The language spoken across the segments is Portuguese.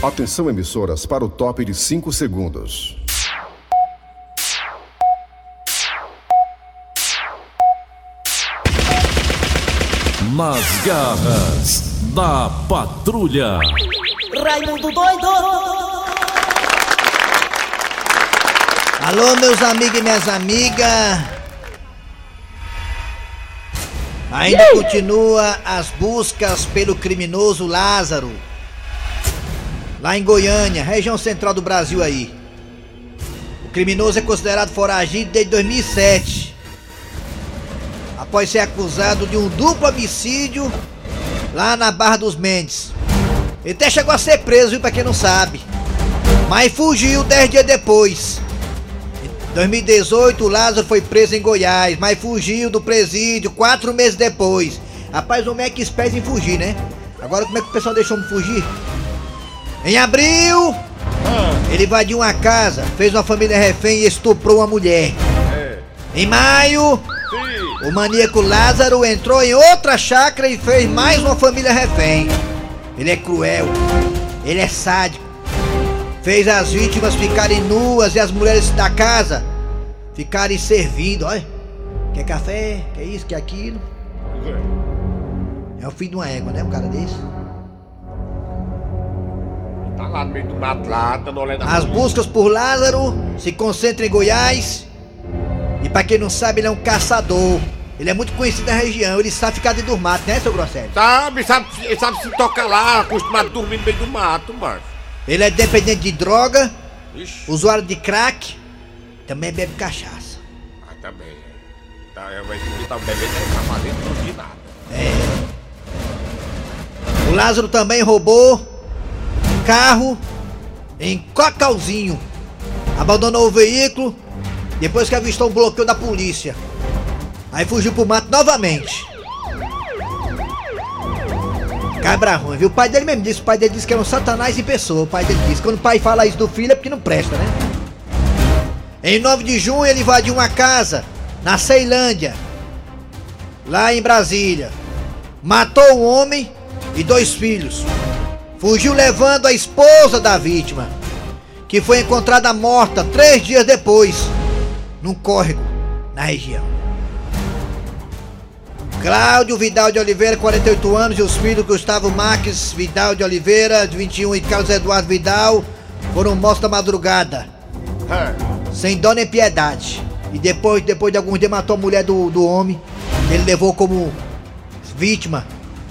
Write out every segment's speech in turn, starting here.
Atenção, emissoras, para o top de 5 segundos. Nas garras da patrulha. Raimundo doido! Alô, meus amigos e minhas amigas. Ainda continua as buscas pelo criminoso Lázaro, lá em Goiânia, região central do Brasil aí. O criminoso é considerado foragido desde 2007, após ser acusado de um duplo homicídio lá na Barra dos Mendes. Ele até chegou a ser preso, viu, pra quem não sabe, mas fugiu 10 dias depois. Em 2018, o Lázaro foi preso em Goiás, mas fugiu do presídio 4 meses depois. Rapaz, o homem é que espera em fugir, né? Agora como é que o pessoal deixou me fugir? Em abril, ele invadiu uma casa, fez uma família refém e estuprou uma mulher. Em maio, o maníaco Lázaro entrou em outra chácara e fez mais uma família refém. Ele é cruel, ele é sádico. Fez as vítimas ficarem nuas e as mulheres da casa ficarem servindo. Olha, quer café, quer isso, quer aquilo. É o filho de uma égua, né, um cara desse? Tá lá no meio do mato lá, dando olhada. As buscas por Lázaro se concentram em Goiás. E pra quem não sabe, ele é um caçador. Ele é muito conhecido na região, ele sabe ficar dentro do mato, né, seu Grosselio? Sabe se tocar lá, acostumado a dormir no meio do mato, mano. Ele é dependente de droga, Ixi. usuário de crack, também bebe cachaça. Ah, também. Tá, vai escutar o bebê deve estar fazendo tudo de nada. O Lázaro também roubou um carro em Cocalzinho. Abandonou o veículo depois que avistou um bloqueio da polícia. Aí fugiu pro mato novamente. Cabra ruim, viu? O pai dele mesmo disse, que era um satanás em pessoa. O pai dele disse, quando o pai fala isso do filho é porque não presta, né? Em 9 de junho ele invadiu uma casa na Ceilândia, lá em Brasília. Matou um homem e 2 filhos. Fugiu levando a esposa da vítima, que foi encontrada morta 3 dias depois, num córrego na região. Cláudio Vidal de Oliveira, 48 anos, e os filhos Gustavo Marques Vidal de Oliveira, de 21, e Carlos Eduardo Vidal, foram mortos na madrugada, sem dó nem piedade. E depois de alguns dias matou a mulher do homem, que ele levou como vítima.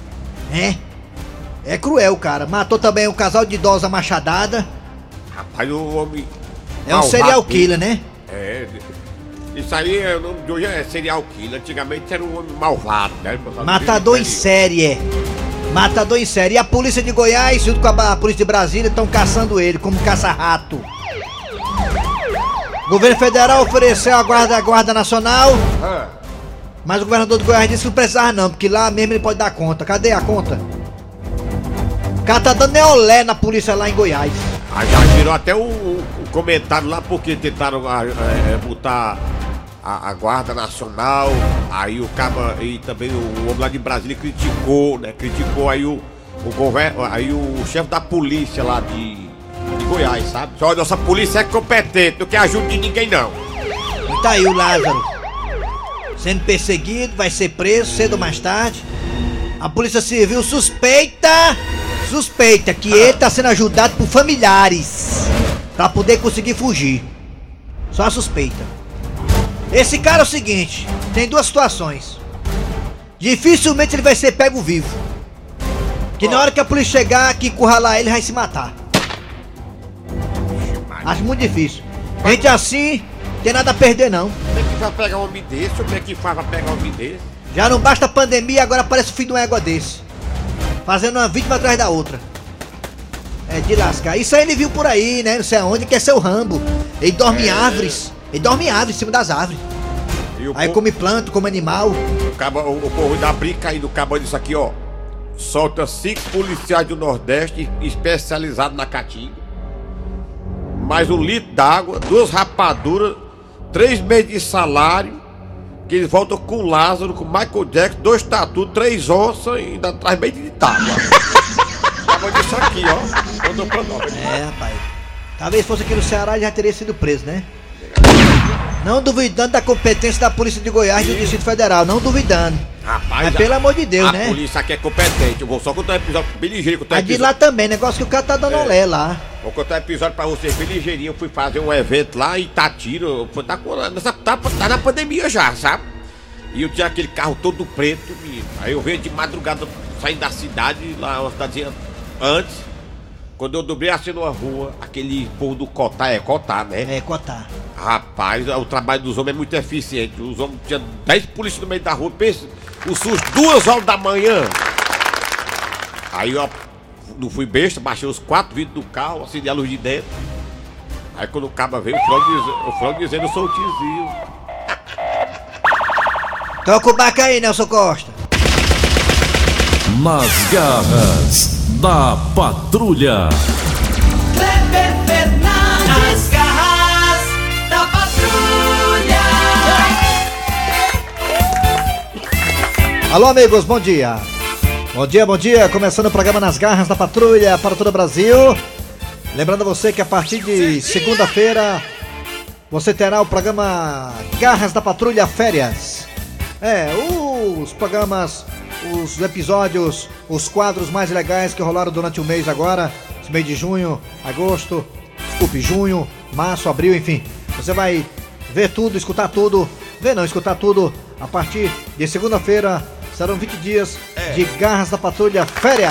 É cruel, cara. Matou também um casal de idosa machadada. Rapaz, o homem... É um serial killer, né? Isso aí, o nome de hoje é serial killer. Antigamente era um homem malvado, né? Matador em série, Matador em série. E a polícia de Goiás, junto com a polícia de Brasília, estão caçando ele como caça-rato. O governo federal ofereceu a guarda nacional, mas o governador de Goiás disse que não precisava não, porque lá mesmo ele pode dar conta. Cadê a conta? O cara tá dando neolé na polícia lá em Goiás. Aí já virou até o comentário lá, porque tentaram botar a Guarda Nacional. Aí o caba e também o homem lá de Brasília criticou, né? Criticou aí o governo, aí o chefe da polícia lá de Goiás, sabe? Só nossa polícia é competente, não quer ajuda de ninguém não. E tá aí o Lázaro sendo perseguido, vai ser preso cedo ou mais tarde. A polícia civil suspeita que ele tá sendo ajudado por familiares pra poder conseguir fugir. Só a suspeita. Esse cara é o seguinte, tem 2 situações. Dificilmente ele vai ser pego vivo, que na hora que a polícia chegar aqui encurralar ele, vai se matar. Acho muito difícil. Gente assim, tem nada a perder não. Como é que vai pegar um homem desse? Como é que faz pra pegar um homem desse? Já não basta a pandemia, agora aparece o filho de uma égua desse, fazendo uma vítima atrás da outra. É de lascar. Isso aí ele viu por aí, né? Não sei aonde, que é seu Rambo. Ele dorme em árvores. Ele dorme em árvores, em cima das árvores. Aí come planta, come animal. O povo da brinca aí do cabo disso aqui, ó. Solta 5 policiais do Nordeste especializados na caatinga, mais 1 litro d'água, 2 rapaduras, 3 meses de salário, que eles voltam com o Lázaro, com o Michael Jackson, 2 tatu, 3 onças e ainda traz meio de tábua. Tava disso aqui, ó. Mandou pra nós. Rapaz. Talvez fosse aqui no Ceará e já teria sido preso, né? Não duvidando da competência da Polícia de Goiás e do Distrito Federal, não duvidando. Rapaz, mas pelo amor de Deus, né? A polícia aqui é competente. Eu vou só contar um episódio bem ligeiro. A de lá também, negócio que o cara tá dando olé lá. Vou contar um episódio pra vocês bem ligeirinho. Eu fui fazer um evento lá em Itatiro. Tá na pandemia já, sabe? E eu tinha aquele carro todo preto, menino. Aí eu venho de madrugada saindo da cidade, lá uma cidadezinha antes. Quando eu dobrei assim numa rua, aquele povo do Cotá, né? É, Cotá. Rapaz, o trabalho dos homens é muito eficiente. Os homens tinham 10 polícias no meio da rua, pensa, o SUS 2 horas da manhã. Aí eu não fui besta, baixei os 4 vidros do carro, acendi a luz de dentro. Aí quando o cabo veio, o Frango dizendo eu sou o tiozinho. Toca o barco aí, Nelson Costa. Nas garras da patrulha. Kleber Fernandes, garras da patrulha. Alô, amigos, bom dia. Bom dia. Começando o programa Nas Garras da Patrulha para todo o Brasil. Lembrando a você que a partir de segunda-feira você terá o programa Garras da Patrulha Férias. Os programas, os episódios, os quadros mais legais que rolaram durante o mês agora, esse mês de junho, junho, março, abril, enfim. Você vai ver tudo, escutar tudo, escutar tudo a partir de segunda-feira. Serão 20 dias de Garras da Patrulha Férias.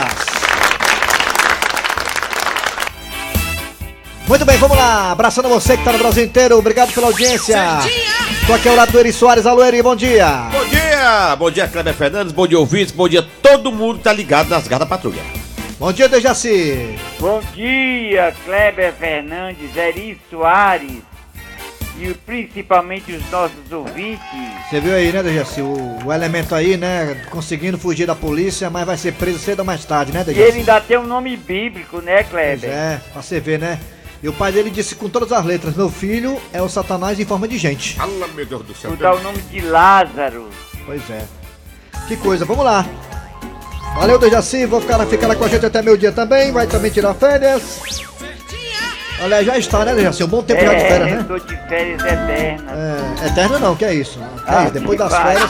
Muito bem, vamos lá. Abraçando você que tá no Brasil inteiro. Obrigado pela audiência. Tô aqui ao lado do Eri Soares. Alô, Eri, bom dia. Bom dia. Bom dia, Kleber Fernandes. Bom dia, ouvintes. Bom dia, todo mundo que tá ligado nas Garras da Patrulha. Bom dia, Dejaci. Bom dia, Kleber Fernandes, Eri Soares e principalmente os nossos ouvintes. Você viu aí, né, Dejaci, o elemento aí, né, conseguindo fugir da polícia, mas vai ser preso cedo ou mais tarde, né, E Dejaci? ele ainda tem um nome bíblico, né, Kleber? Pois é, pra você ver, né? E o pai dele disse com todas as letras: meu filho é o Satanás em forma de gente. Fala, meu Deus do céu. Vou dar o nome de Lázaro. Pois é. Que coisa, vamos lá. Valeu, Dejaci, vou ficar lá com a gente até meio-dia também, vai também tirar férias. Olha, já está, né, Dejaci? Um bom tempo já de férias, né? Eu tô de férias eternas. Eterno não, que é isso? Depois das férias.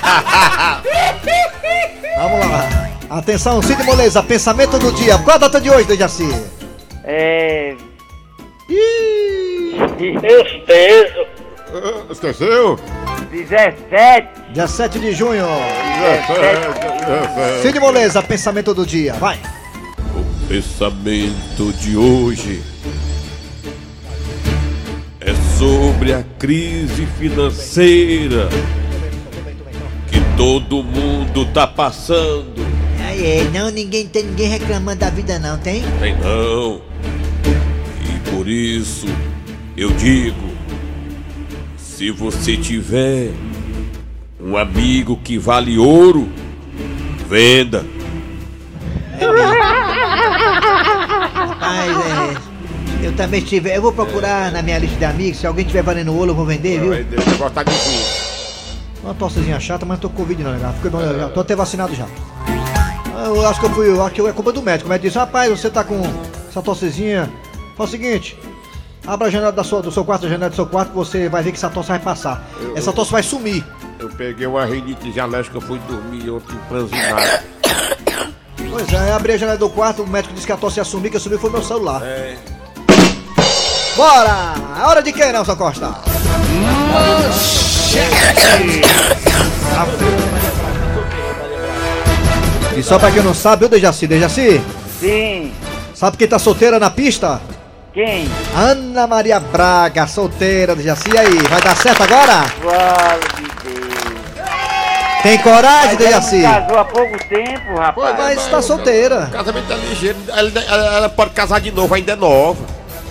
Vamos lá. Atenção, Cid Moleza, pensamento do dia. Qual a data de hoje, Dejaci? Esqueceu? 17. Dia 7 de junho. Cid Moleza, pensamento do dia, vai. O pensamento de hoje é sobre a crise financeira que todo mundo tá passando. Não, tem ninguém reclamando da vida não, tem? Tem não. E por isso eu digo, se você tiver um amigo que vale ouro, venda. Rapaz, eu também tiver. Eu vou procurar na minha lista de amigos. Se alguém tiver valendo ouro, eu vou vender, viu? Eu gosto de vinho. Uma tossezinha chata, mas não tô com Covid não, já. Já tô até vacinado já. Eu acho que é culpa do médico. O médico disse: rapaz, você tá com essa tossezinha. Faz o seguinte: abra a janela do seu quarto, a janela do seu quarto, você vai ver que essa tosse vai passar. Essa tosse vai sumir. Eu peguei uma rinite alérgica, eu fui dormir ontem franzinado. Pois é, abri a janela do quarto, o médico disse que a tosse ia sumir, que sumiu foi meu celular. Bora! É hora de quem, Nelson Costa? E só pra quem não sabe, o Dejaci, Sim. sabe quem tá solteira na pista? Quem? Ana Maria Braga, solteira, Dejaci. E aí, vai dar certo agora? Fala de Deus. Tem coragem, Dejaci? Casou há pouco tempo, rapaz. Mas tá solteira. O casamento é ligeiro, ela pode casar de novo, ainda é nova.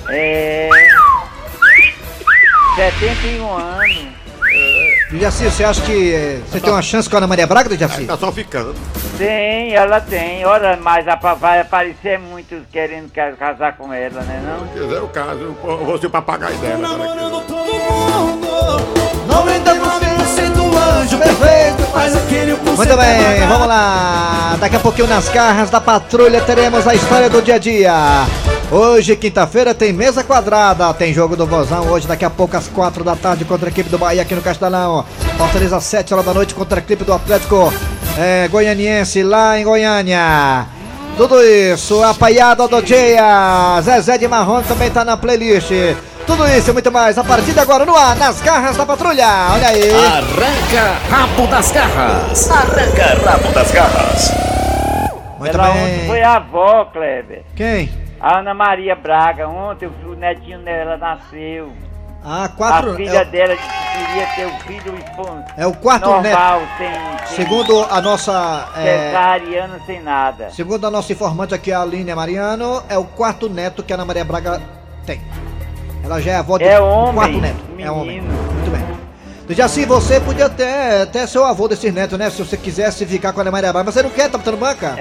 71 anos. Dejaci, você acha que você tem uma chance com a Ana Maria Braga, Dejaci? Tá só ficando. Tem, ela tem. Olha, mas vai aparecer muitos querendo casar com ela, né não? Se quiser o caso, eu vou ser o papagaio dela. Namorando todo mundo, 90% anjo perfeito. faz aquele por Muito bem, vamos lá. Daqui a pouquinho nas garras da patrulha teremos a história do dia a dia. Hoje, quinta-feira, tem mesa quadrada. Tem jogo do Vozão hoje, daqui a pouco às 4 da tarde contra a equipe do Bahia aqui no Castelão. Fortaleza às 7 horas da noite contra a equipe do Atlético Goianiense lá em Goiânia. Tudo isso, apoiado do dia. Zezé de Marrone também tá na playlist. Tudo isso e muito mais a partir de agora no ar, nas garras da patrulha. Olha aí. Arranca rabo das garras. Arranca rabo das garras. Muito Ela ontem bem. foi a avó, Kleber. Quem? A Ana Maria Braga. Ontem o netinho dela nasceu. Ah, A quatro. filha dela disse que queria ter o filho É o quarto neto. normal, sem Segundo a nossa. cesariana, sem nada. Segundo a nossa informante aqui, a Aline Mariano, é o quarto neto que a Ana Maria Braga tem. Ela já é avó de É do homem, quarto neto. É menino. homem. Muito bem. Jaci, você podia até ser o avô desses netos, né? Se você quisesse ficar com a Ana Maria Braga. Mas você não quer, tá botando banca?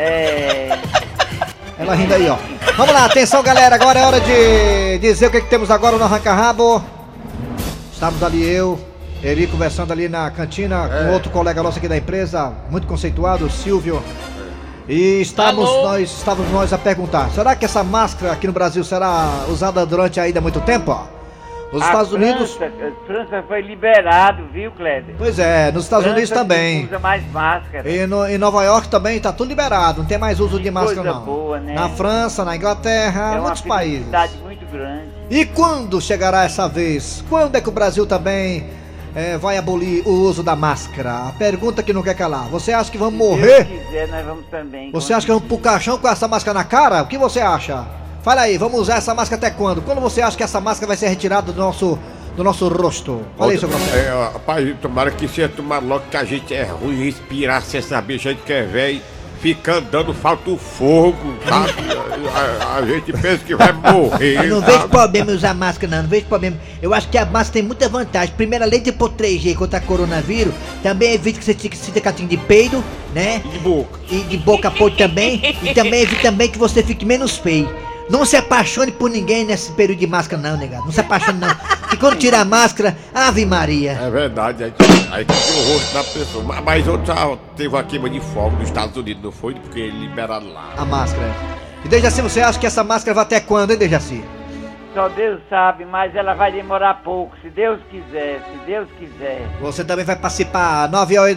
Ela rindo aí, ó. Vamos lá, atenção, galera. Agora é hora de dizer o que temos agora no Arranca Rabo. Estávamos ali Eri conversando ali na cantina com outro colega nosso aqui da empresa, muito conceituado, o Silvio. E estávamos nós a perguntar, será que essa máscara aqui no Brasil será usada durante ainda muito tempo? Ó? Nos Estados Unidos... A França foi liberado, viu, Kleber? Pois é, nos Estados Unidos também. Não usa mais máscara. E em Nova York também tá tudo liberado, não tem mais uso de máscara coisa não. boa, né? Na França, na Inglaterra, É muitos uma países. felicidade muito grande. E quando chegará essa vez? Quando é que o Brasil também vai abolir o uso da máscara? A pergunta que não quer calar. Você acha que vamos morrer? Se Deus quiser, nós vamos também. Você acha que vamos pro caixão com essa máscara na cara? O que você acha? Fala aí, vamos usar essa máscara até quando? Quando você acha que essa máscara vai ser retirada do nosso rosto? Fala aí, seu Grosselho. Rapaz, tomara que seja tomar logo que a gente é ruim respirar sem saber, a gente que é velho, fica andando, falta o fogo, sabe? A gente pensa que vai morrer. Eu não vejo problema em usar máscara, não vejo problema. Eu acho que a máscara tem muita vantagem. Primeiro, além de pôr 3G contra coronavírus, também evita que você sinta catinho de peido, né? E de boca. E de boca podre também. E também evita também que você fique menos feio. Não se apaixone por ninguém nesse período de máscara não, negado. Não se apaixone não. E quando tirar a máscara, Ave Maria. É verdade, aí que o rosto da pessoa. Mas ontem teve uma queima de fogo nos Estados Unidos, não foi? Porque liberaram lá. A máscara. E Dejaci, você acha que essa máscara vai até quando, hein, Dejaci? Só Deus sabe, mas ela vai demorar pouco, se Deus quiser, se Deus quiser. Você também vai participar,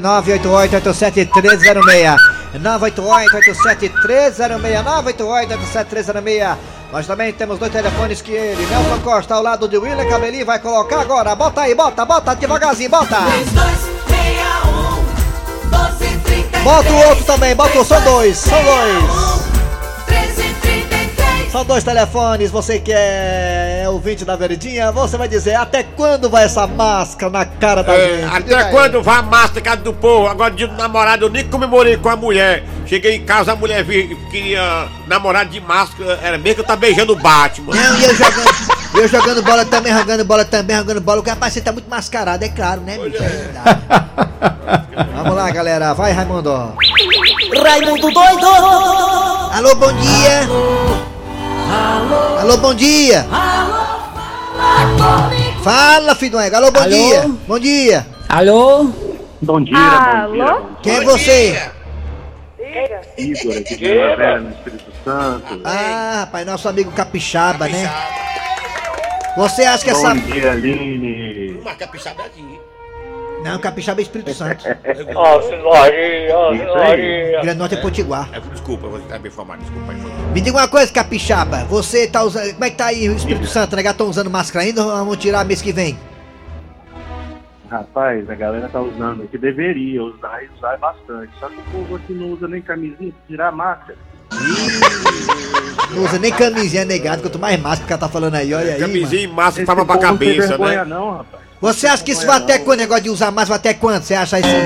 988-87306, 988-87306, 988-87306. Nós também temos dois telefones que ele, Nelson Costa, ao lado de William Cabeli, vai colocar agora. Bota aí, bota devagarzinho, bota. 3261-1233. Bota o outro também, bota, são dois. 1333. São dois telefones, você que é ouvinte da Verdinha, você vai dizer até quando vai essa máscara na cara da gente? Diga Até aí. quando vai a máscara do povo? Agora dia do namorado eu nem comemorei com a mulher. Cheguei em casa, a mulher queria namorado de máscara, era mesmo que eu tava beijando o Batman. Não, e eu jogando bola também, jogando bola. O rapaz, você tá muito mascarado, é claro, né, bicho? É verdade. Vamos lá, galera, vai, Raimundo. Raimundo doido. Alô, bom dia. Alô, bom dia. Fala, filho do ego. Alô, bom dia. Bom dia. Alô? Bom dia, bom dia. Quem é você? Igor, aqui de Primavera, no Espírito Santo. Ah, rapaz, nosso amigo Capixaba, né? Você acha que essa... Bom dia, Aline. Uma capixabadinha. Não, Capixaba é Espírito Santo. Isso aí. Grande Norte é Potiguar. Desculpa, eu vou me informar, desculpa aí. Me diga uma coisa, Capixaba. Você tá usando... Como é que tá aí o Espírito Santo, né? Estão usando máscara ainda ou vamos tirar mês que vem? Rapaz, a galera tá usando aqui, deveria usar e usar bastante. Só que o povo aqui não usa nem camisinha pra tirar a máscara. Não usa nem camisinha, negado, quanto mais máscara que ela tá falando aí, olha aí, Camisinha mano. e máscara Esse fama pra povo não tem cabeça, vergonha né? não, rapaz. Você acha que isso vai até quando? Negócio de usar máscara, vai até quando? Você acha assim?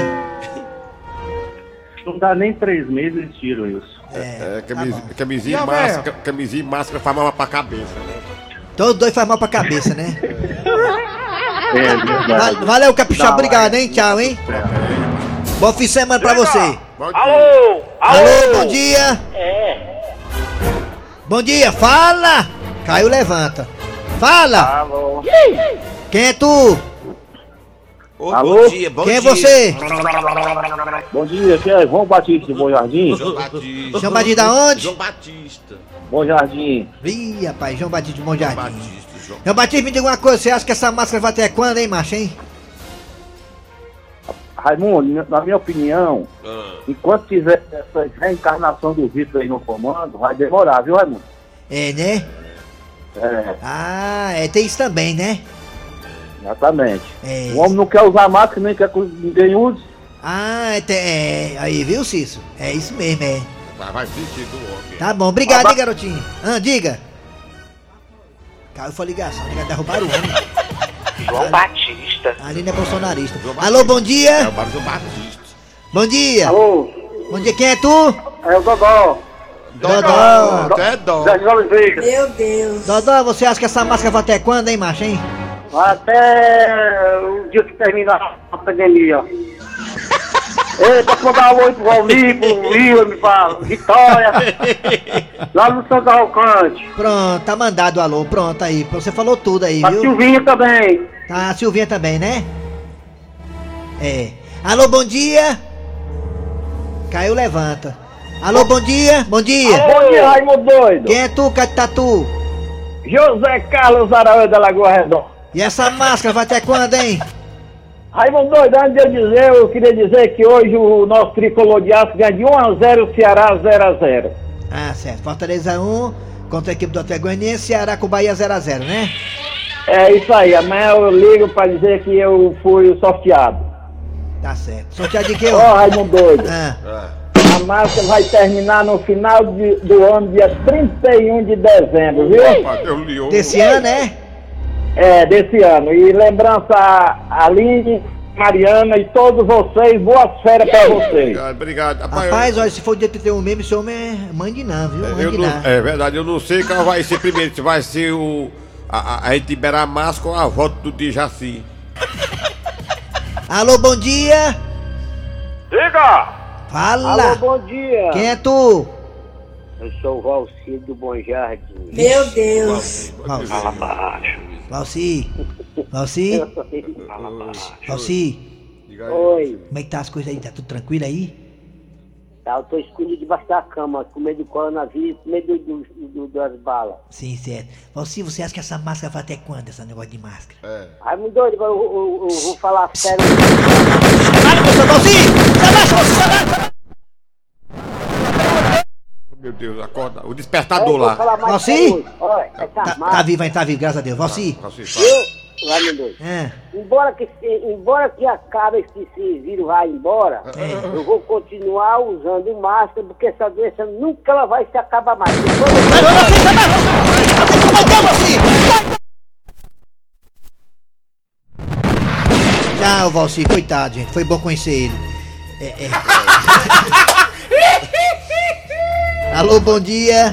Não dá nem 3 meses eles tiram isso. Camisinha e máscara fama pra cabeça, né? Todos dois faz mal pra cabeça, né? É verdade. Valeu, Capixaba, obrigado, hein? Tchau, hein? Bom fim de semana pra você. Alô? Alô, bom dia. Bom dia, fala. Caiu, levanta. Fala. Alô. Quem é tu? Ô, Alô? Bom dia, bom Quem é dia. você? Bom dia, aqui é João Batista de Bom Jardim. João Batista. João Batista da onde? João Batista. Bom Jardim. Ih, rapaz, João Batista de Bom Jardim. Batista, João. João Batista, me diga uma coisa, você acha que essa máscara vai até quando, hein, macho, hein? Raimundo, na minha opinião, Ah, enquanto tiver essa reencarnação do Vitor aí no comando, vai demorar, viu, Raimundo? É, né? É, Ah, tem isso também, né? exatamente. É. O homem não quer usar máscara, nem quer que ninguém use. Ah, aí, viu, Cício? É isso mesmo, é. vai sentir do homem. Tá bom, obrigado, hein, garotinho. Diga. Caiu foi a ligação, derrubaram o homem. João Batista. Ali não é bolsonarista. João Alô, bom É dia. o Mário João Batista. Bom dia. Alô, Bom dia, quem é tu? é o Dodó. Dodó. Até dó. Zé de Oliveira. Meu Deus. Dodó, você acha que essa máscara vai até quando, hein, macho, hein? Até o dia que terminar a pandemia. Ei, posso mandar um oi pro Valmir, pro William, pra Vitória, lá no São Cavalcante. Pronto, tá mandado o alô, pronto aí. Você falou tudo aí, A viu? Silvinha também. Tá, a Silvinha também, né? É. Alô, bom dia. Caiu, levanta. Alô, bom dia. Bom dia. Bom dia, Raimundo Doido. Quem é tu, Catatu? José Carlos Araújo da Lagoa Redonda. E essa máscara vai até quando, hein? Raimundo Doido, antes de eu dizer, eu queria dizer que hoje o nosso tricolor de aço ganha de 1-0, Ceará 0-0. Ah, certo. Fortaleza 1 contra a equipe do Atlético Goianiense, Ceará com Bahia 0-0, né? É isso aí, amanhã eu ligo pra dizer que eu fui o sorteado. Tá certo. Sorteado de que? Ó, Raimundo Doido, Ah, a máscara vai terminar no final do ano, dia 31 de dezembro, viu? Deus liou. desse ano, é? É, desse ano. E lembrança a Aline, Mariana e todos vocês, boas férias pra vocês. Obrigado. Rapaz, olha, se for dia 31 mesmo, esse homem é mãe de não, viu? Mãe de não. É verdade, eu não sei qual vai ser primeiro, se vai ser a gente liberar a máscara ou a volta do Dijaci. Alô, bom dia. Diga! Fala. bom dia. Quem é tu? Eu sou o Valcir do Bom Jardim. Meu Deus. Fala baixo. Valci. Valci. Valci. Oi, Como é que tá as coisas aí? Tá tudo tranquilo aí? tá, eu tô escondido debaixo da cama, com medo do coronavírus, com medo das balas. Sim, certo. Valci, você acha que essa máscara vai até quando, esse negócio de máscara? Raimundo Doido, agora eu vou falar sério. Para, professor Valci! Meu Deus, acorda. O despertador lá. Valci? Olha, essa Tá máscara, vivo, hein? Tá vivo, graças a Deus. Valci. Raimundo Doido, É. embora que acabe esse vírus vai embora, eu vou continuar usando máscara, porque essa doença nunca ela vai se acabar mais. Tchau, Valci, coitado, gente. Foi bom conhecer ele. Alô, bom dia.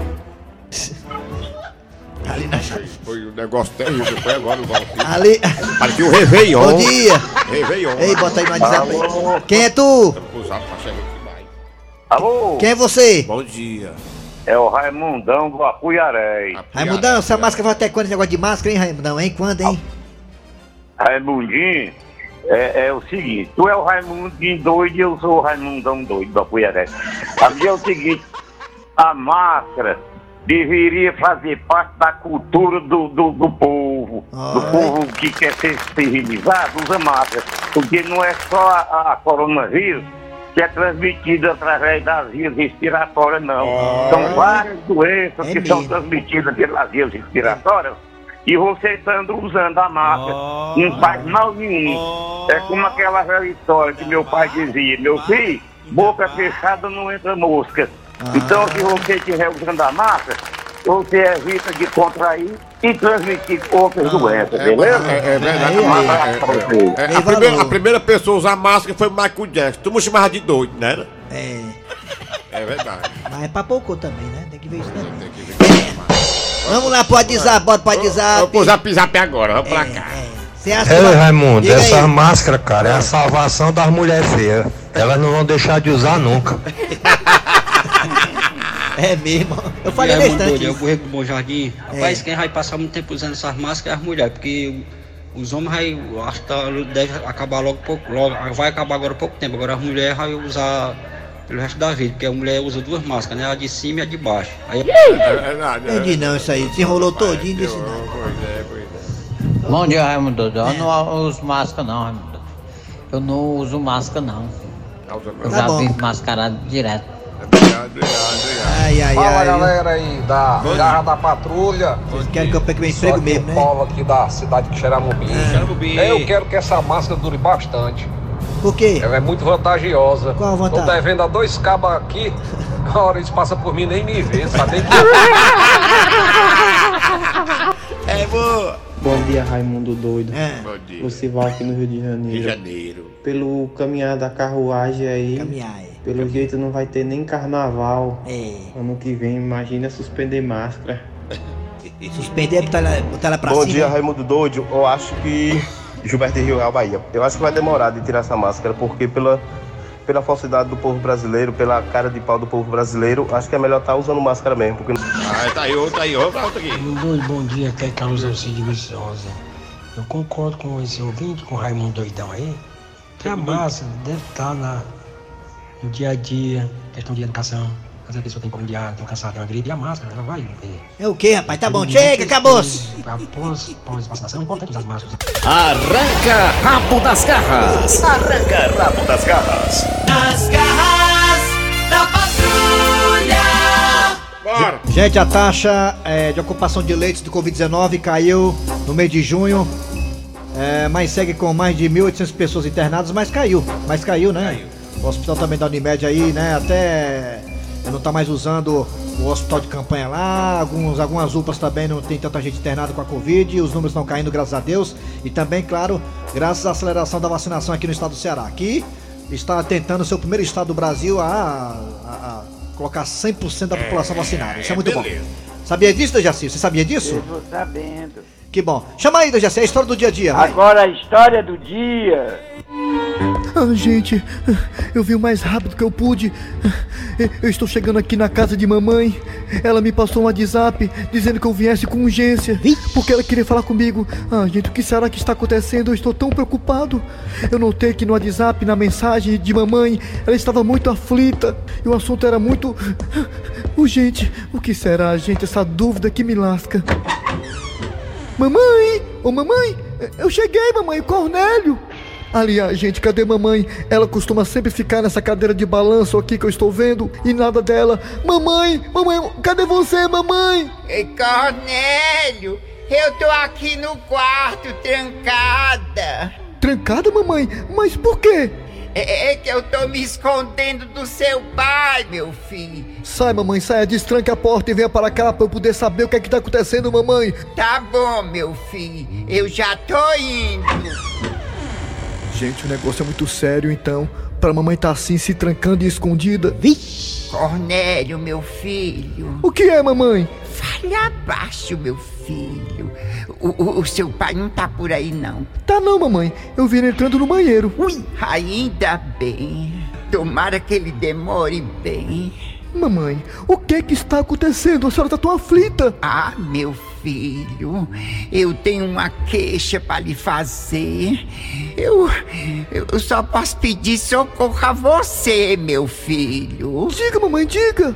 Ali na... Foi um negócio terrível, foi agora o Valci. Ali... Parecia o Réveillon. Bom dia. Réveillon. Ei, bota aí no WhatsApp. Quem é tu? Usado pra chegar aqui mais. Alô? Quem é você? Bom dia. É o Raimundão do Apuiaré. Raimundão, essa máscara vai até quando esse negócio de máscara, hein, Raimundão? Hein? Quando, hein? Raimundinho, é o seguinte, tu é o Raimundinho doido e eu sou o Raimundão doido do Apuiaré. A minha é o seguinte, a máscara deveria fazer parte da cultura do povo. Do povo que quer ser civilizado, usa máscara. Porque não é só a coronavírus que é transmitida através das vias respiratórias, não. São várias doenças que são transmitidas pelas vias respiratórias. E você estando usando a máscara, não faz mal nenhum. É como aquela velha história que meu pai dizia, meu filho, boca fechada não entra mosca. Então se você estiver usando a máscara, você evita de contrair e transmitir outras doenças, beleza? É verdade. Um abraço pra vocês. A primeira pessoa a usar máscara foi o Michael Jackson. Tu me chamava de doido, né? É verdade. Mas é pra pouco também, né? Tem que ver isso também. Vamos lá pro WhatsApp, bota pro WhatsApp. Vamos pro Zap agora, vamos pra cá. Você acha Ei, Raimundo, Diga essa aí. máscara, cara, é a salvação das mulheres feias. Elas não vão deixar de usar nunca. É mesmo. Eu falei bastante. É o Borrego do Bom Jardim. Rapaz, quem vai passar muito tempo usando essas máscaras é as mulheres, porque Os homens eu acho que deve acabar logo, vai acabar agora pouco tempo. Agora as mulheres vai usar pelo resto da vida, porque a mulher usa 2 máscaras, né? A de cima e a de baixo. Aí... Entendi não isso aí, desenrolou todinho desse nada. Bom dia, Raimundo. Eu não uso máscara não, Raimundo. Eu não uso máscara não. Eu já vivo mascarado direto. Fala galera aí da Garra da Patrulha. Vocês querem que eu pegue meu emprego mesmo, né? Paulo aqui da cidade de Xeramobim. Eu quero que essa máscara dure bastante. Por quê? Ela é muito vantajosa. Qual a vantagem? Tô devendo a 2 cabas aqui. A hora eles passam por mim nem me vê, sabe? É boa. Bom dia, Raimundo doido. Bom dia. Você vai aqui no Rio de Janeiro. Rio de Janeiro. Pelo caminhar da carruagem aí. Pelo jeito não vai ter nem carnaval. Ano que vem, imagina suspender máscara. Suspender, botar ela pra cima. Bom dia, Raimundo doido. Eu acho que Gilberto Rio Real, Bahia. Eu acho que vai demorar de tirar essa máscara, porque pela falsidade do povo brasileiro, pela cara de pau do povo brasileiro, acho que é melhor estar usando máscara mesmo. Porque... tá aí outro aqui. Bom dia, aqui é Carlos Alcide Viçosa. Eu concordo com esse ouvinte, com o Raimundo doidão aí, que a máscara deve estar no dia a dia, questão de educação. Às vezes a pessoa tem problemas de cansado, tem uma gripe, e a máscara, ela vai ver. É o quê, rapaz? Tá bom, chega, acabou-se. Após vacinação, é importante usar as máscaras. Arranca rabo das garras. Arranca rabo das garras. Nas garras da patrulha. Bora. Gente, a taxa de ocupação de leitos do Covid-19 caiu no mês de junho. Mas segue com mais de 1.800 pessoas internadas, mas caiu, né? O hospital também da Unimed aí, né? Até não tá mais usando o hospital de campanha lá. Algumas UPAs também não tem tanta gente internada com a Covid. Os números estão caindo, graças a Deus. E também, claro, graças à aceleração da vacinação aqui no estado do Ceará, que está tentando ser o primeiro estado do Brasil a colocar 100% da população vacinada. Isso é muito beleza. Bom. Sabia disso, Dejaci? Você sabia disso? Eu vou sabendo. Que bom. Chama aí, Dejaci, a história do dia a dia. Vai. Agora a história do dia. Gente, eu vim o mais rápido que eu pude. Eu estou chegando aqui na casa de mamãe. Ela me passou um WhatsApp dizendo que eu viesse com urgência, porque ela queria falar comigo. Gente, o que será que está acontecendo? Eu estou tão preocupado. Eu notei que no WhatsApp, na mensagem de mamãe, ela estava muito aflita e o assunto era muito urgente. O que será, gente? Essa dúvida que me lasca. Mamãe! Ô mamãe! Eu cheguei, mamãe! Cornélio! Aliás, gente, cadê mamãe? Ela costuma sempre ficar nessa cadeira de balanço aqui que eu estou vendo e nada dela. Mamãe, cadê você, mamãe? Ei, Cornélio, eu tô aqui no quarto, trancada. Trancada, mamãe? Mas por quê? É que eu tô me escondendo do seu pai, meu filho. Sai, mamãe, saia, destranque a porta e venha para cá pra eu poder saber o que é que tá acontecendo, mamãe. Tá bom, meu filho, eu já tô indo. Gente, o negócio é muito sério, então. Pra mamãe tá assim, se trancando e escondida. Vixe! Cornélio, meu filho. O que é, mamãe? Fale abaixo, meu filho. O seu pai não tá por aí, não. Tá não, mamãe. Eu vi ele entrando no banheiro. Ui, ainda bem. Tomara que ele demore bem. Mamãe, o que está acontecendo? A senhora tá tão aflita. Meu filho, eu tenho uma queixa para lhe fazer. Eu só posso pedir socorro a você, meu filho. Diga, mamãe, diga.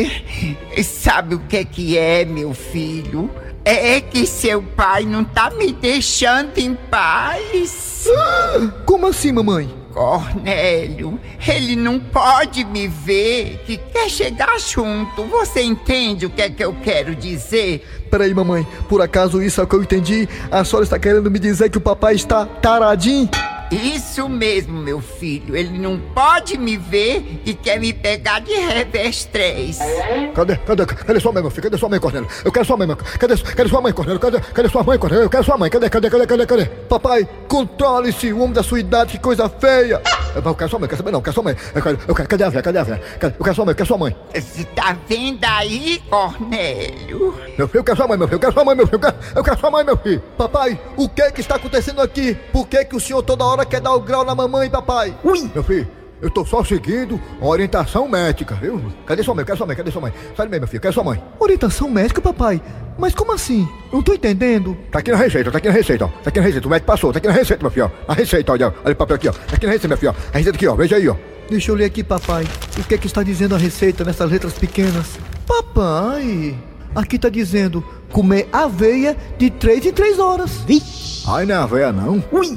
Sabe o que é, meu filho? É que seu pai não tá me deixando em paz. Como assim, mamãe? Cornélio, ele não pode me ver, que quer chegar junto. Você entende o que é que eu quero dizer? Peraí, mamãe, por acaso isso é o que eu entendi? A senhora está querendo me dizer que o papai está taradinho? Isso mesmo, meu filho. Ele não pode me ver e quer me pegar de revés 3. Cadê sua mãe, meu filho? Cadê sua mãe, Cornélio? Eu quero sua mãe, cadê sua mãe, Cornélio? Cadê sua mãe, Cornélio? Eu quero sua mãe. Cadê? Papai, controle-se, o homem da sua idade, que coisa feia. Eu quero sua mãe, quero saber não, eu quero sua mãe. Cadê a velha? Eu quero sua mãe. Você tá vendo aí, Cornélio? Meu filho, eu quero sua mãe, meu filho. Eu quero sua mãe, meu filho. Papai, o que está acontecendo aqui? Por que o senhor toda hora quer dar o grau na mamãe, papai? Ui! Meu filho, Eu tô só seguindo a orientação médica, viu? Cadê sua mãe? Cadê sua mãe? Cadê sua mãe? Sai de mim, meu filho. Cadê sua mãe? Orientação médica, papai? Mas como assim? Não tô entendendo. Tá aqui na receita, ó. Tá aqui na receita. O médico passou. Tá aqui na receita, meu filho, ó. A receita, olha o papel aqui, ó. Tá aqui na receita, meu filho, ó. A receita aqui, ó. Veja aí, ó. Deixa eu ler aqui, papai. O que é que está dizendo a receita nessas letras pequenas? Papai, aqui tá dizendo comer aveia de 3 em 3 horas. Vixe. Ai, não é aveia, não. Ui.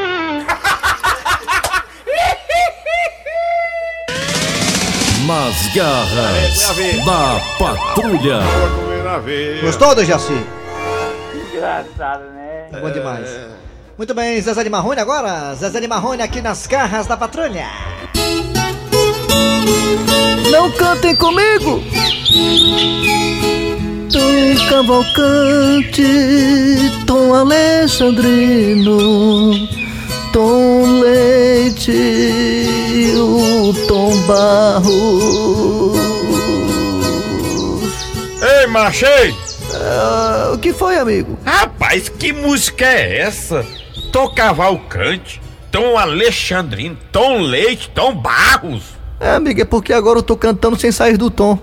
Nas garras da patrulha. Gostou, Dejaci? Engraçado, né? Bom demais. Muito bem, Zezé de Marrone agora. Zezé de Marrone aqui nas garras da patrulha. Não cantem comigo! Tom Cavalcante, Tom Alexandrino, Tom Leite, o Tom Barros. Ei, Machei! O que foi, amigo? Rapaz, que música é essa? Tom Cavalcante, Tom Alexandrino, Tom Leite, Tom Barros. Amigo, é porque agora eu tô cantando sem sair do tom.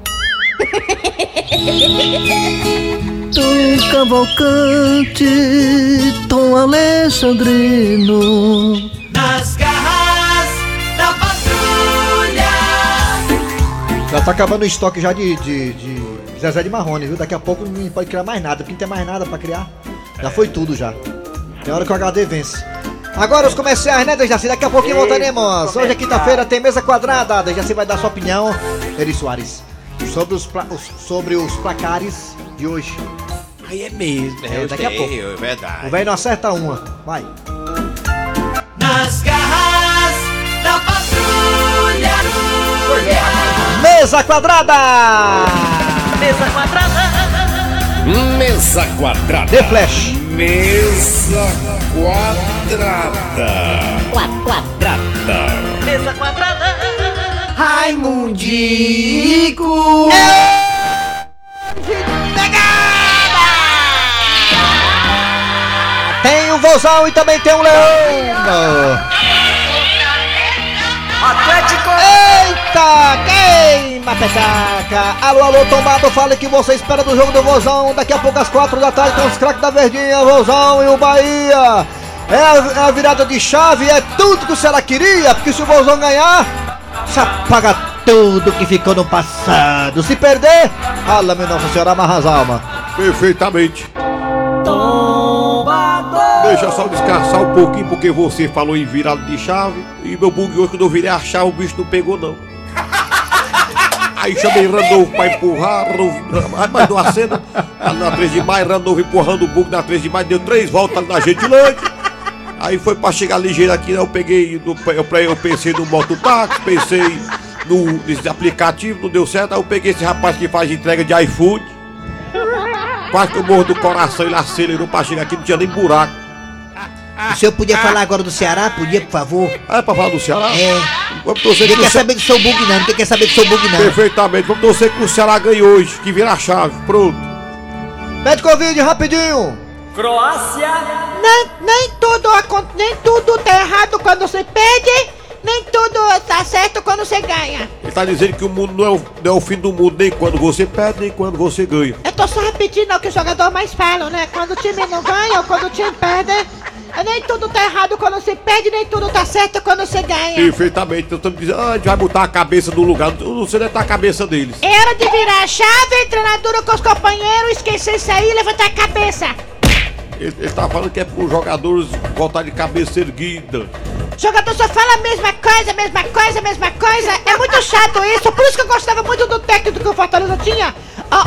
Tom Cavalcante, Tom Alexandrino. Nas garras da patrulha. Já tá acabando o estoque já de Zezé de Marrone, viu? Daqui a pouco não pode criar mais nada, porque não tem mais nada pra criar. Já foi tudo já. Tem hora que o HD vence. Agora os comerciais, né, Dejaci? Daqui a pouquinho voltaremos. Hoje é quinta-feira, tem mesa quadrada. Dejaci vai dar sua opinião, Eri Soares, sobre os placares de hoje. Aí é mesmo, daqui a pouco. É verdade. O velho não acerta uma. Vai. Nas garras da patrulha. Mesa quadrada! Mesa quadrada. Mesa quadrada. The Flash. Mesa quadrada. Quadrada. Mesa quadrada. Raimundico. Tem um vozão e também tem um leão. Atlético. Eita, queima pesaca. Alô, alô, tombado, fale que você espera do jogo do Vozão. Daqui a pouco às 4 da tarde com os craques da Verdinha, Vozão e o Bahia. É a virada de chave, é tudo que o Ceará queria, porque se o Vozão ganhar, se apaga tudo que ficou no passado. Se perder, fala, minha Nossa Senhora, amarra as almas. Perfeitamente. Deixa só descansar um pouquinho, porque você falou em virada de chave. E meu bug hoje, quando eu virei a chave, o bicho não pegou, não. Aí chamei Randolfo pra empurrar, mas numa cena, na 3 de maio, Randolfo empurrando o bug na 3 de maio, deu 3 voltas na Gentilândia. Aí foi pra chegar ligeiro aqui, né? Eu peguei, eu pensei no mototáxi, pensei nesse aplicativo, não deu certo. Aí eu peguei esse rapaz que faz entrega de iFood. Quase que eu morro do coração, ele acelerou pra chegar aqui, não tinha nem buraco. O senhor podia falar agora do Ceará? Podia, por favor? Ah, é pra falar do Ceará? É. Vamos torcer Ninguém quer saber do seu bug, não. Ninguém quer saber do seu bug, não. Perfeitamente. Vamos torcer que o Ceará ganhe hoje, que vira a chave. Pronto. Pede Covid, rapidinho. Croácia. Nem tudo tá errado quando você perde, nem tudo tá certo quando você ganha. Ele tá dizendo que o mundo não é o fim do mundo, nem quando você perde, nem quando você ganha. Eu tô só repetindo o que o jogador mais fala, né? Quando o time não ganha ou quando o time perde, nem tudo tá errado quando você perde, nem tudo tá certo quando você ganha. Perfeitamente. Então estamos dizendo, a gente vai botar a cabeça no lugar. Não sei onde é tá a cabeça deles. É hora de virar a chave, entrar dura com os companheiros, esquecer isso aí e levantar a cabeça. Ele tá falando que é pros jogadores voltar de cabeça erguida. O jogador só fala a mesma coisa, mesma coisa, mesma coisa. É muito chato isso. Por isso que eu gostava muito do técnico que o Fortaleza tinha. Ó,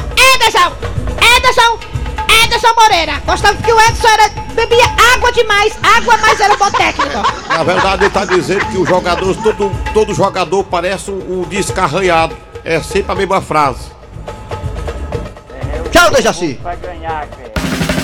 Ederson Moreira. Gostava que o Edson bebia água demais. Água, mas era um bom técnico. Na verdade, ele tá dizendo que os jogadores, todo jogador parece um disco arranhado. É sempre a mesma frase. Tchau, Dejaci. Vai ganhar, cara.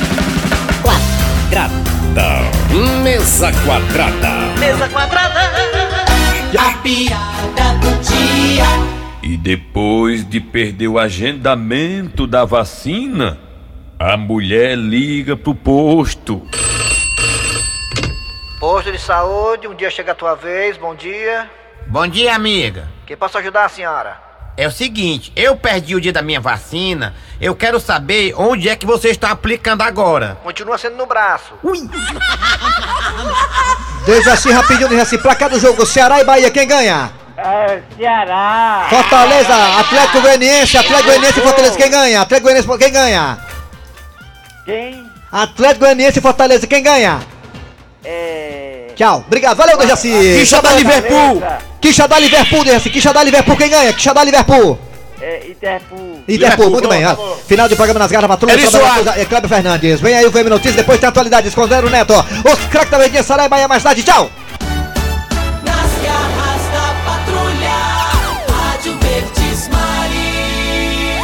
Quadrada. Mesa quadrada. Mesa quadrada. A piada do dia. E depois de perder o agendamento da vacina, a mulher liga pro posto. Posto de saúde, um dia chega a tua vez, bom dia. Bom dia, amiga. Que posso ajudar a senhora? É o seguinte, eu perdi o dia da minha vacina, eu quero saber onde é que você está aplicando agora. Continua sendo no braço. Ui! Deixa assim rapidinho, deixa assim. Placar do jogo, Ceará e Bahia, quem ganha? Ceará. Fortaleza, Atlético Goianiense e Fortaleza, quem ganha? Atlético Goianiense, quem ganha? Quem? Atlético Goianiense e Fortaleza, quem ganha? Tchau, obrigado, valeu, Dejaci. Quixa da Liverpool. Quixa da Liverpool, Dejaci. Quixa da Liverpool, quem ganha? Quixa da Liverpool. Interpool, muito bem. Final de programa nas garras, patrulha. Cléber Fernandes. Vem aí o VM Notícias, depois tem atualidades com Zero Neto. Os craques da Verdinha, Sará e Bahia mais tarde, tchau.